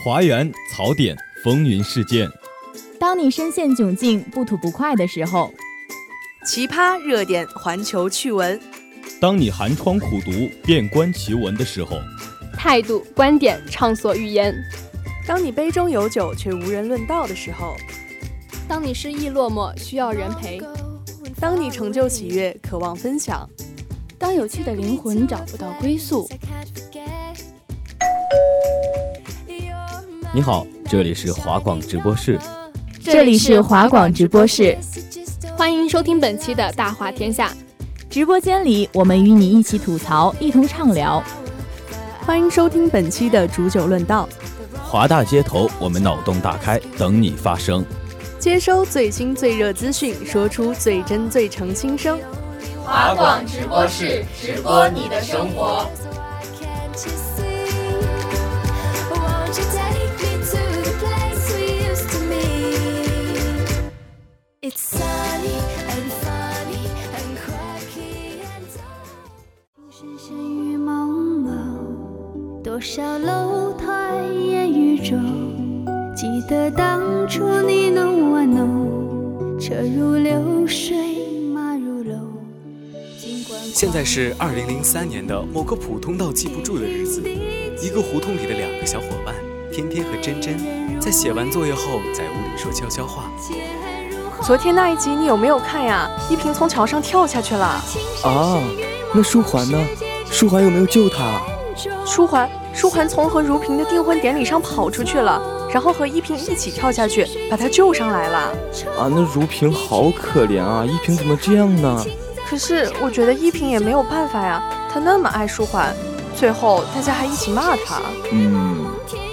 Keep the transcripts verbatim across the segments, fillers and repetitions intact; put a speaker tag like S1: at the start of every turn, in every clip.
S1: 华园槽点风云事件。
S2: 当你深陷窘境不吐不快的时候，
S3: 奇葩热点环球趣闻。
S1: 当你寒窗苦读遍观奇闻的时候，
S4: 态度观点畅所欲言。
S3: 当你杯中有酒却无人论道的时候，
S4: 当你失意落寞需要人陪，
S3: 当你成就喜悦渴望分享，
S5: 当有趣的灵魂找不到归宿。
S1: 你好，这里是华广直播室，
S2: 这里是华广直播室，
S4: 欢迎收听本期的大话天下。
S2: 直播间里我们与你一起吐槽，一同畅聊。
S3: 欢迎收听本期的煮酒论道。
S1: 华大街头，我们脑洞大开，等你发声，
S3: 接收最新最热资讯，说出最真最诚心声。
S6: 华广直播室，直播你的生活。
S7: 多少楼台烟雨中，记得当初你侬我侬，车如流水马如龙。
S8: 现在是二零零三年的某个普通到记不住的日子，一个胡同里的两个小伙伴天天和珍珍在写完作业后在屋里说悄悄话。
S3: 昨天那一集你有没有看呀？依萍从桥上跳下去了
S9: 啊，那舒缓呢？舒缓有没有救他？
S3: 舒缓舒缓从和如萍的订婚典礼上跑出去了，然后和依萍一起跳下去把她救上来了。
S9: 啊，那如萍好可怜啊，依萍怎么这样呢？
S3: 可是我觉得依萍也没有办法呀，她那么爱舒缓，最后大家还一起骂她。
S9: 嗯，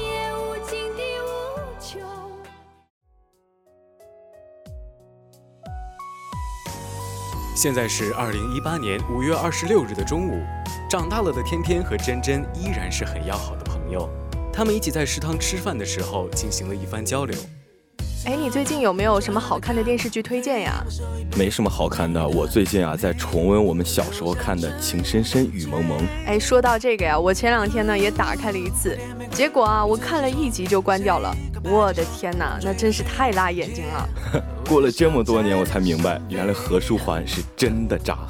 S8: 现在是二零一八年五月二十六日的中午，长大了的天天和珍珍依然是很要好的朋友，他们一起在食堂吃饭的时候进行了一番交流。
S3: 哎，你最近有没有什么好看的电视剧推荐呀？
S9: 没什么好看的，我最近啊在重温我们小时候看的《情深深雨蒙蒙》。
S3: 哎，说到这个呀，我前两天呢也打开了一次，结果啊我看了一集就关掉了。我的天哪，那真是太辣眼睛了。
S9: 过了这么多年，我才明白，原来何书桓是真的渣。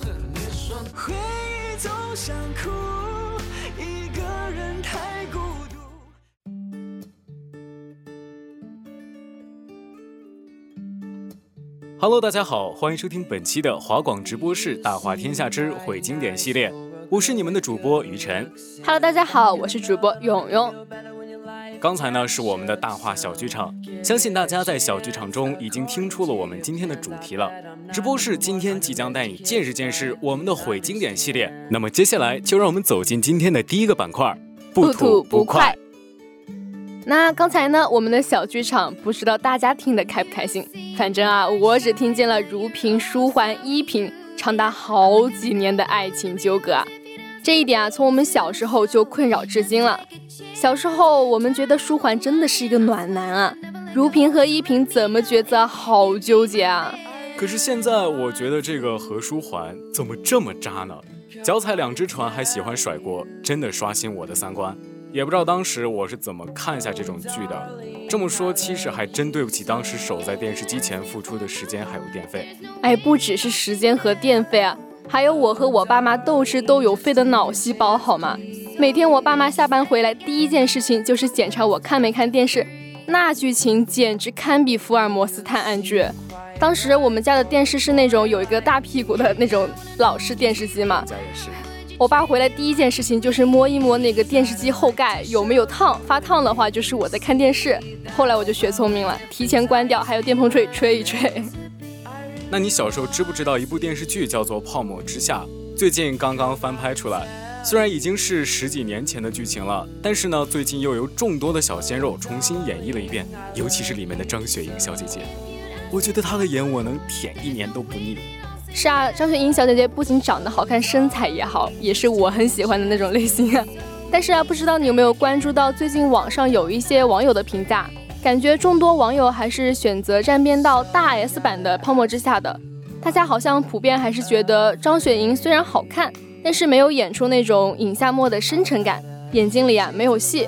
S8: Hello， 大家好，欢迎收听本期的华广直播室大话天下之毁经典系列，我是你们的主播于晨。
S4: Hello， 大家好，我是主播勇勇。
S8: 刚才呢是我们的大话小剧场，相信大家在小剧场中已经听出了我们今天的主题了。直播室今天即将带你见识见识我们的毁经典系列。那么接下来就让我们走进今天的第一个板块，不吐不快。
S4: 那刚才呢我们的小剧场不知道大家听得开不开心，反正啊我只听见了如萍、舒缓、依萍长达好几年的爱情纠葛啊。这一点啊从我们小时候就困扰至今了。小时候我们觉得舒缓真的是一个暖男啊，如萍和依萍怎么抉择好纠结啊。
S8: 可是现在我觉得这个何书桓怎么这么渣呢？脚踩两只船还喜欢甩锅，真的刷新我的三观。也不知道当时我是怎么看下这种剧的。这么说其实还真对不起当时守在电视机前付出的时间还有电费。
S4: 哎，不只是时间和电费啊，还有我和我爸妈斗智斗勇费的脑细胞好吗？每天我爸妈下班回来第一件事情就是检查我看没看电视，那剧情简直堪比福尔摩斯探案剧。当时我们家的电视是那种有一个大屁股的那种老式电视机嘛，我爸回来第一件事情就是摸一摸那个电视机后盖有没有烫，发烫的话就是我在看电视。后来我就学聪明了，提前关掉，还有电风吹吹一吹。
S8: 那你小时候知不知道一部电视剧叫做《泡沫之夏》，最近刚刚翻拍出来，虽然已经是十几年前的剧情了，但是呢最近又由众多的小鲜肉重新演绎了一遍，尤其是里面的张雪迎小姐姐，我觉得她的颜我能舔一年都不腻。
S4: 是啊，张雪迎小姐姐不仅长得好看，身材也好，也是我很喜欢的那种类型啊。但是啊，不知道你有没有关注到最近网上有一些网友的评价，感觉众多网友还是选择站边到大 S 版的泡沫之夏的。大家好像普遍还是觉得张雪迎虽然好看，但是没有演出那种尹夏沫的深沉感，眼睛里啊没有戏。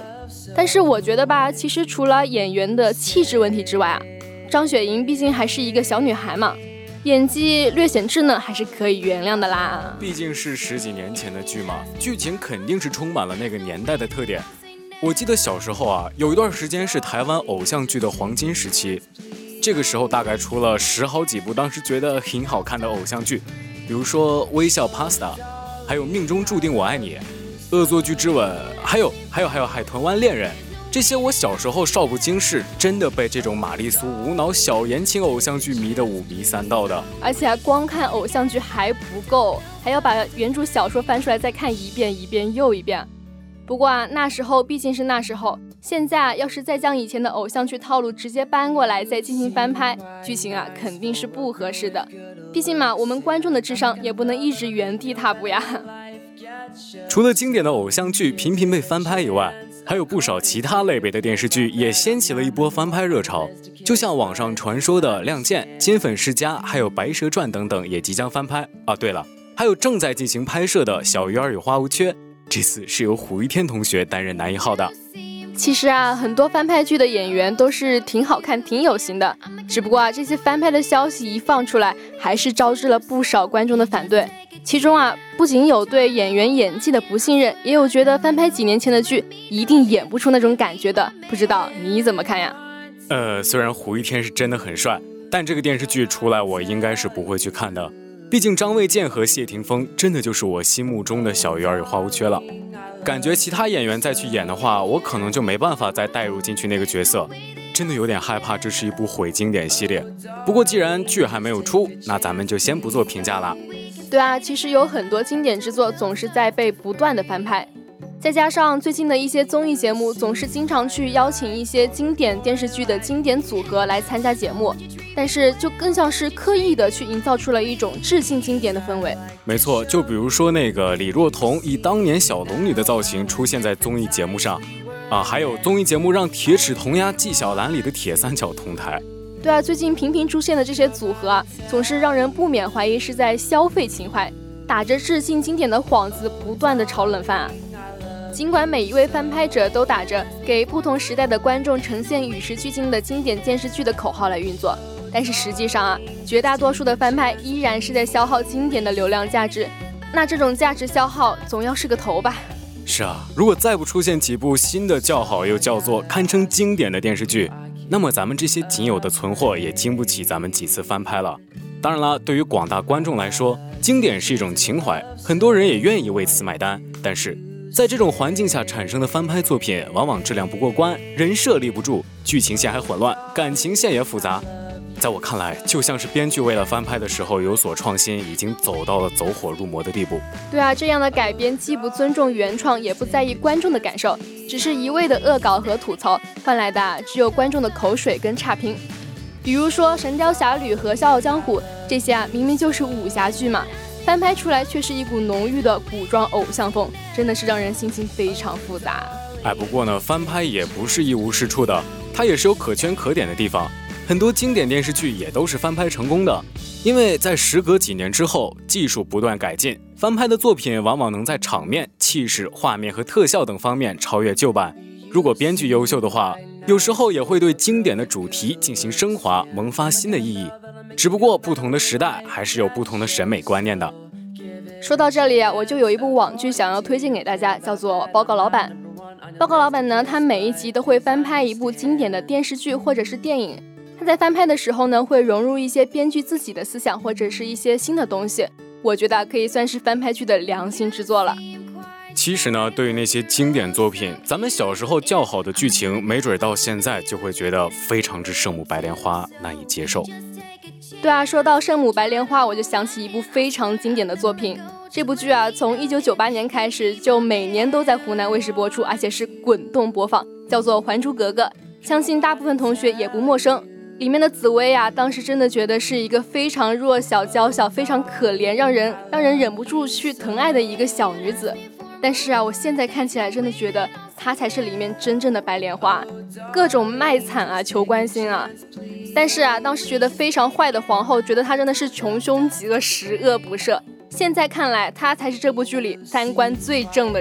S4: 但是我觉得吧，其实除了演员的气质问题之外啊，张雪迎毕竟还是一个小女孩嘛，演技略显稚嫩还是可以原谅的啦。
S8: 毕竟是十几年前的剧嘛，剧情肯定是充满了那个年代的特点。我记得小时候啊，有一段时间是台湾偶像剧的黄金时期，这个时候大概出了十好几部当时觉得很好看的偶像剧，比如说微笑 Pasta， 还有命中注定我爱你，恶作剧之吻，还有还有还有海豚湾恋人。这些我小时候少不经事，真的被这种玛丽苏无脑小言情偶像剧迷得五迷三道的。
S4: 而且光看偶像剧还不够，还要把原著小说翻出来再看一遍一遍又一遍。不过啊，那时候毕竟是那时候，现在啊，要是再将以前的偶像剧套路直接搬过来再进行翻拍，剧情啊肯定是不合适的。毕竟嘛，我们观众的智商也不能一直原地踏步呀。
S8: 除了经典的偶像剧频频被翻拍以外，还有不少其他类别的电视剧也掀起了一波翻拍热潮，就像网上传说的《亮剑》、《金粉世家》还有《白蛇传》等等也即将翻拍啊。对了，还有正在进行拍摄的《小鱼儿与花无缺》，这次是由胡一天同学担任男一号的。
S4: 其实啊，很多翻拍剧的演员都是挺好看挺有型的，只不过啊，这些翻拍的消息一放出来，还是招致了不少观众的反对。其中啊，不仅有对演员演技的不信任，也有觉得翻拍几年前的剧一定演不出那种感觉的。不知道你怎么看呀？
S8: 呃，虽然胡一天是真的很帅，但这个电视剧出来我应该是不会去看的。毕竟张卫健和谢霆锋真的就是我心目中的小鱼儿与花无缺了，感觉其他演员再去演的话，我可能就没办法再带入进去那个角色，真的有点害怕这是一部毁经典系列。不过既然剧还没有出，那咱们就先不做评价了。
S4: 对啊，其实有很多经典之作总是在被不断的翻拍，再加上最近的一些综艺节目总是经常去邀请一些经典电视剧的经典组合来参加节目，但是就更像是刻意的去营造出了一种致敬经典的氛围。
S8: 没错，就比如说那个李若彤以当年小龙女的造型出现在综艺节目上啊，还有综艺节目让铁齿铜牙纪晓岚里的铁三角同台。
S4: 对啊，最近频频出现的这些组合啊，总是让人不免怀疑是在消费情怀，打着致敬经典的幌子不断的炒冷饭啊。尽管每一位翻拍者都打着给不同时代的观众呈现与时俱进的经典电视剧的口号来运作，但是实际上啊，绝大多数的翻拍依然是在消耗经典的流量价值，那这种价值消耗总要是个头吧。
S8: 是啊，如果再不出现几部新的叫好又叫做堪称经典的电视剧，那么咱们这些仅有的存货也经不起咱们几次翻拍了。当然了，对于广大观众来说，经典是一种情怀，很多人也愿意为此买单，但是在这种环境下产生的翻拍作品往往质量不过关，人设立不住，剧情线还混乱，感情线也复杂。在我看来，就像是编剧为了翻拍的时候有所创新，已经走到了走火入魔的地步。
S4: 对啊，这样的改编既不尊重原创，也不在意观众的感受，只是一味的恶搞和吐槽，换来的只有观众的口水跟差评。比如说《神雕侠侣》和《笑傲江湖》这些啊，明明就是武侠剧嘛，翻拍出来却是一股浓郁的古装偶像风，真的是让人心情非常复杂。
S8: 哎，不过呢，翻拍也不是一无是处的，它也是有可圈可点的地方。很多经典电视剧也都是翻拍成功的，因为在时隔几年之后，技术不断改进，翻拍的作品往往能在场面、气势、画面和特效等方面超越旧版。如果编剧优秀的话，有时候也会对经典的主题进行升华，萌发新的意义。只不过不同的时代还是有不同的审美观念的。
S4: 说到这里啊，我就有一部网剧想要推荐给大家，叫做《报告老板》。报告老板呢，他每一集都会翻拍一部经典的电视剧或者是电影。他在翻拍的时候呢，会融入一些编剧自己的思想或者是一些新的东西，我觉得可以算是翻拍剧的良心之作了。
S8: 其实呢，对于那些经典作品，咱们小时候较好的剧情，没准到现在就会觉得非常之圣母白莲花难以接受。
S4: 对啊，说到圣母白莲花，我就想起一部非常经典的作品。这部剧啊，从一九九八年开始就每年都在湖南卫视播出，而且是滚动播放，叫做《还珠格格》，相信大部分同学也不陌生。里面的紫薇啊，当时真的觉得是一个非常弱小娇小，非常可怜，让人让人忍不住去疼爱的一个小女子。但是啊，我现在看起来真的觉得她才是里面真正的白莲花，各种卖惨啊，求关心啊。但是啊，当时觉得非常坏的皇后，觉得她真的是穷凶极恶，十恶不赦。现在看来，她才是这部剧里三观最正的人。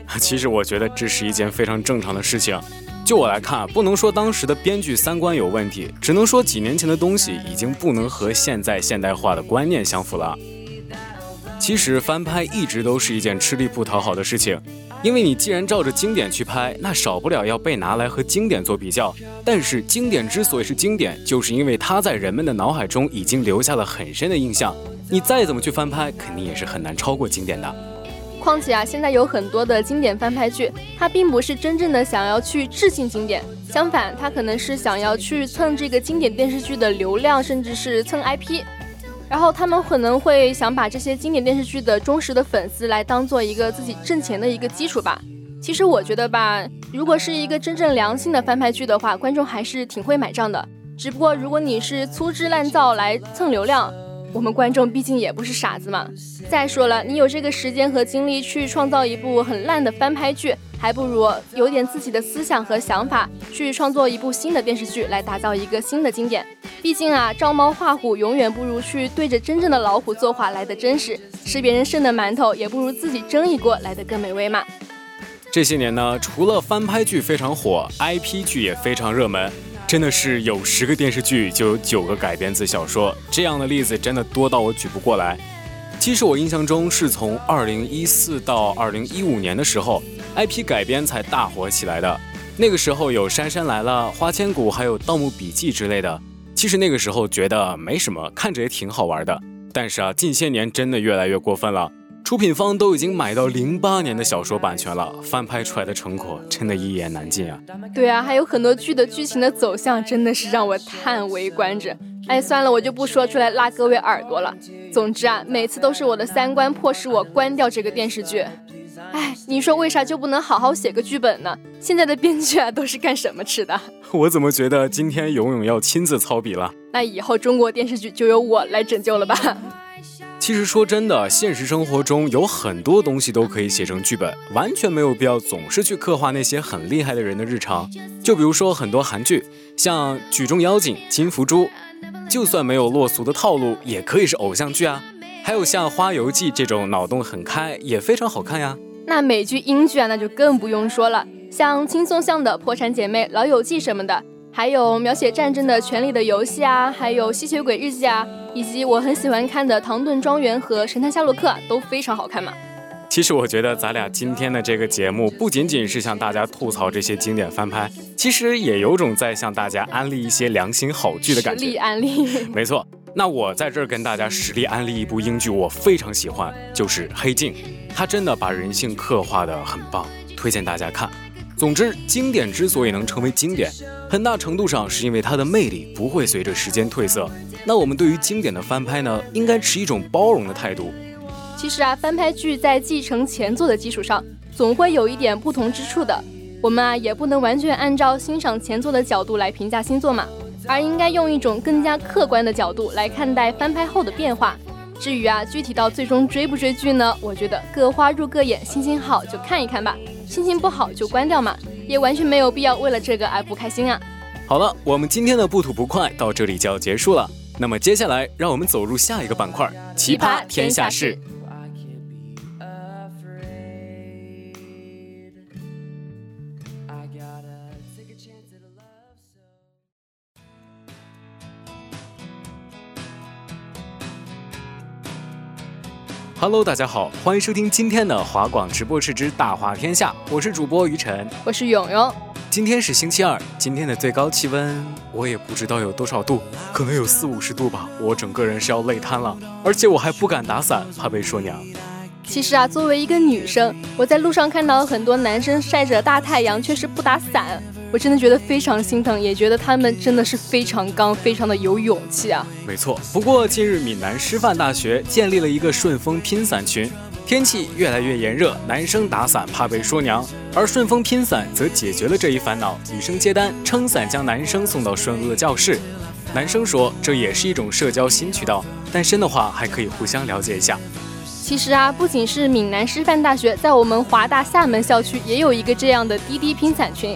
S8: 其实我觉得这是一件非常正常的事情。就我来看，不能说当时的编剧三观有问题，只能说几年前的东西已经不能和现在现代化的观念相符了。其实翻拍一直都是一件吃力不讨好的事情，因为你既然照着经典去拍，那少不了要被拿来和经典做比较。但是经典之所以是经典，就是因为它在人们的脑海中已经留下了很深的印象，你再怎么去翻拍，肯定也是很难超过经典的。
S4: 况且啊，现在有很多的经典翻拍剧，它并不是真正的想要去致敬经典，相反，它可能是想要去蹭这个经典电视剧的流量，甚至是蹭 I P。然后他们可能会想把这些经典电视剧的忠实的粉丝来当做一个自己挣钱的一个基础吧。其实我觉得吧，如果是一个真正良心的翻拍剧的话，观众还是挺会买账的。只不过如果你是粗制滥造来蹭流量，我们观众毕竟也不是傻子嘛。再说了，你有这个时间和精力去创造一部很烂的翻拍剧，还不如有点自己的思想和想法，去创作一部新的电视剧，来打造一个新的经典。毕竟啊，照猫画虎永远不如去对着真正的老虎作画来的真实，吃别人剩的馒头也不如自己蒸一锅来的更美味嘛。
S8: 这些年呢，除了翻拍剧非常火， I P 剧也非常热门。真的是有十个电视剧就有九个改编自小说，这样的例子真的多到我举不过来。其实我印象中是从二零一四到二零一五年的时候 I P 改编才大火起来的。那个时候有杉杉来了、花千骨还有盗墓笔记之类的，其实那个时候觉得没什么，看着也挺好玩的。但是啊，近些年真的越来越过分了，出品方都已经买到零八年的小说版权了，翻拍出来的成果真的一言难尽啊。
S4: 对啊，还有很多剧的剧情的走向真的是让我叹为观止。哎，算了，我就不说出来拉各位耳朵了。总之啊，每次都是我的三观迫使我关掉这个电视剧。哎，你说为啥就不能好好写个剧本呢？现在的编剧啊，都是干什么吃的？
S8: 我怎么觉得今天勇勇要亲自操笔了？
S4: 那以后中国电视剧就由我来拯救了吧？
S8: 其实说真的，现实生活中有很多东西都可以写成剧本，完全没有必要总是去刻画那些很厉害的人的日常。就比如说很多韩剧，像《剧中妖精》《金福珠》，就算没有落俗的套路，也可以是偶像剧啊。还有像《花游记》这种脑洞很开，也非常好看呀。
S4: 那美剧、英剧啊，那就更不用说了，像轻松向的《破产姐妹》《老友记》什么的，还有描写战争的《权力的游戏》啊，还有《吸血鬼日记》啊，以及我很喜欢看的《唐顿庄园》和《神探夏洛克》都非常好看嘛。
S8: 其实我觉得咱俩今天的这个节目不仅仅是向大家吐槽这些经典翻拍，其实也有种在向大家安利一些良心好剧的感觉。
S4: 实力安利。
S8: 没错，那我在这儿跟大家实力安利一部英剧，我非常喜欢，就是《黑镜》，它真的把人性刻画得很棒，推荐大家看。总之，经典之所以能成为经典，很大程度上是因为它的魅力不会随着时间褪色。那我们对于经典的翻拍呢，应该持一种包容的态度。
S4: 其实啊，翻拍剧在继承前作的基础上，总会有一点不同之处的。我们啊，也不能完全按照欣赏前作的角度来评价新作嘛，而应该用一种更加客观的角度来看待翻拍后的变化。至于啊，具体到最终追不追剧呢，我觉得各花入各眼，心情好就看一看吧，心情不好就关掉嘛，也完全没有必要为了这个而不开心啊。
S8: 好了，我们今天的不吐不快到这里就要结束了。那么接下来让我们走入下一个板块，奇葩天下事。Hello， 大家好，欢迎收听今天的华广直播室之大话天下，我是主播于晨，
S4: 我是勇勇。
S8: 今天是星期二，今天的最高气温我也不知道有多少度，可能有四五十度吧，我整个人是要累瘫了，而且我还不敢打伞，怕被说娘。
S4: 其实啊，作为一个女生，我在路上看到很多男生晒着大太阳却是不打伞，我真的觉得非常心疼，也觉得他们真的是非常刚，非常的有勇气啊。
S8: 没错，不过近日闽南师范大学建立了一个顺丰拼伞群，天气越来越炎热，男生打伞怕被说娘，而顺丰拼伞则解决了这一烦恼，女生接单撑伞将男生送到顺路的教室。男生说这也是一种社交新渠道，单身的话还可以互相了解一下。
S4: 其实啊，不仅是闽南师范大学，在我们华大厦门校区也有一个这样的滴滴拼伞群。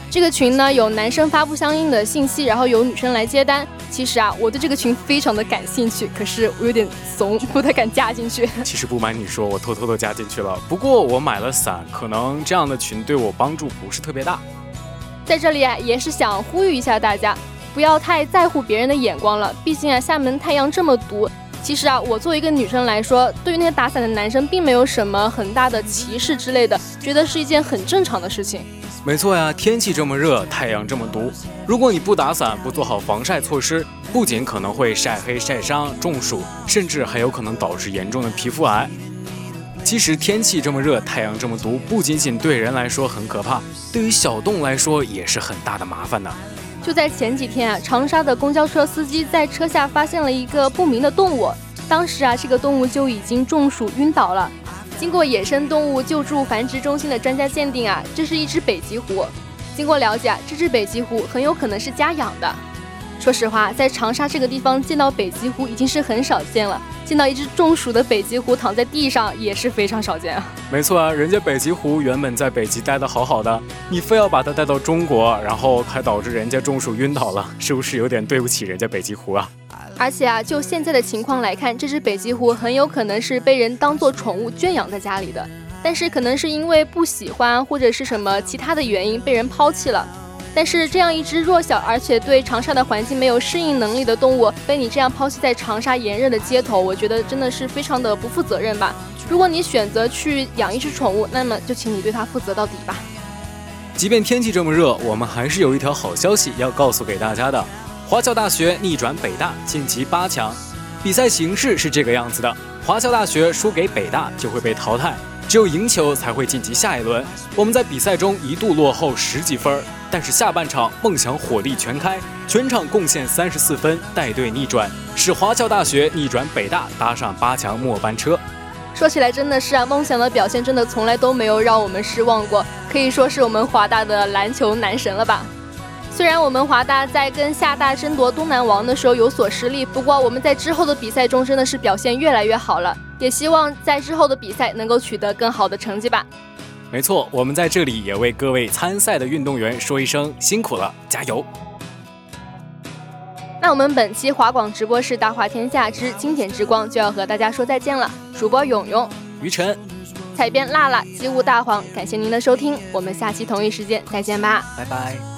S4: 这个群呢有男生发布相应的信息，然后有女生来接单。其实啊，我对这个群非常的感兴趣，可是我有点怂，不太敢加进去。
S8: 其实不瞒你说，我偷偷的加进去了，不过我买了伞，可能这样的群对我帮助不是特别大。
S4: 在这里啊，也是想呼吁一下大家，不要太在乎别人的眼光了，毕竟啊，厦门太阳这么毒。其实啊，我作为一个女生来说，对于那些打伞的男生并没有什么很大的歧视之类的，觉得是一件很正常的事情。
S8: 没错呀，天气这么热，太阳这么毒，如果你不打伞，不做好防晒措施，不仅可能会晒黑晒伤、中暑，甚至还有可能导致严重的皮肤癌。其实天气这么热，太阳这么毒，不仅仅对人来说很可怕，对于小动物来说也是很大的麻烦呢。
S4: 就在前几天啊，长沙的公交车司机在车下发现了一个不明的动物，当时啊，这个动物就已经中暑晕倒了。经过野生动物救助繁殖中心的专家鉴定啊，这是一只北极狐。经过了解啊，这只北极狐很有可能是家养的。说实话，在长沙这个地方见到北极狐已经是很少见了，见到一只中暑的北极狐躺在地上也是非常少见啊。
S8: 没错啊，人家北极狐原本在北极待得好好的，你非要把它带到中国，然后还导致人家中暑晕倒了，是不是有点对不起人家北极狐啊？
S4: 而且啊，就现在的情况来看，这只北极狐很有可能是被人当作宠物圈养在家里的，但是可能是因为不喜欢或者是什么其他的原因被人抛弃了。但是这样一只弱小而且对长沙的环境没有适应能力的动物被你这样抛弃在长沙炎热的街头，我觉得真的是非常的不负责任吧。如果你选择去养一只宠物，那么就请你对它负责到底吧。
S8: 即便天气这么热，我们还是有一条好消息要告诉给大家的。华侨大学逆转北大晋级八强，比赛形式是这个样子的：华侨大学输给北大就会被淘汰，只有赢球才会晋级下一轮。我们在比赛中一度落后十几分，但是下半场梦想火力全开，全场贡献三十四分，带队逆转，使华侨大学逆转北大，搭上八强末班车。
S4: 说起来真的是啊，梦想的表现真的从来都没有让我们失望过，可以说是我们华大的篮球男神了吧。虽然我们华大在跟厦大争夺东南王的时候有所失利，不过我们在之后的比赛中真的是表现越来越好了，也希望在之后的比赛能够取得更好的成绩吧。
S8: 没错，我们在这里也为各位参赛的运动员说一声辛苦了，加油。
S4: 那我们本期华广直播室大话天下之经典之光就要和大家说再见了。主播勇勇、
S8: 于晨、
S4: 采编辣辣、机务大黄，感谢您的收听，我们下期同一时间再见吧，
S8: 拜拜。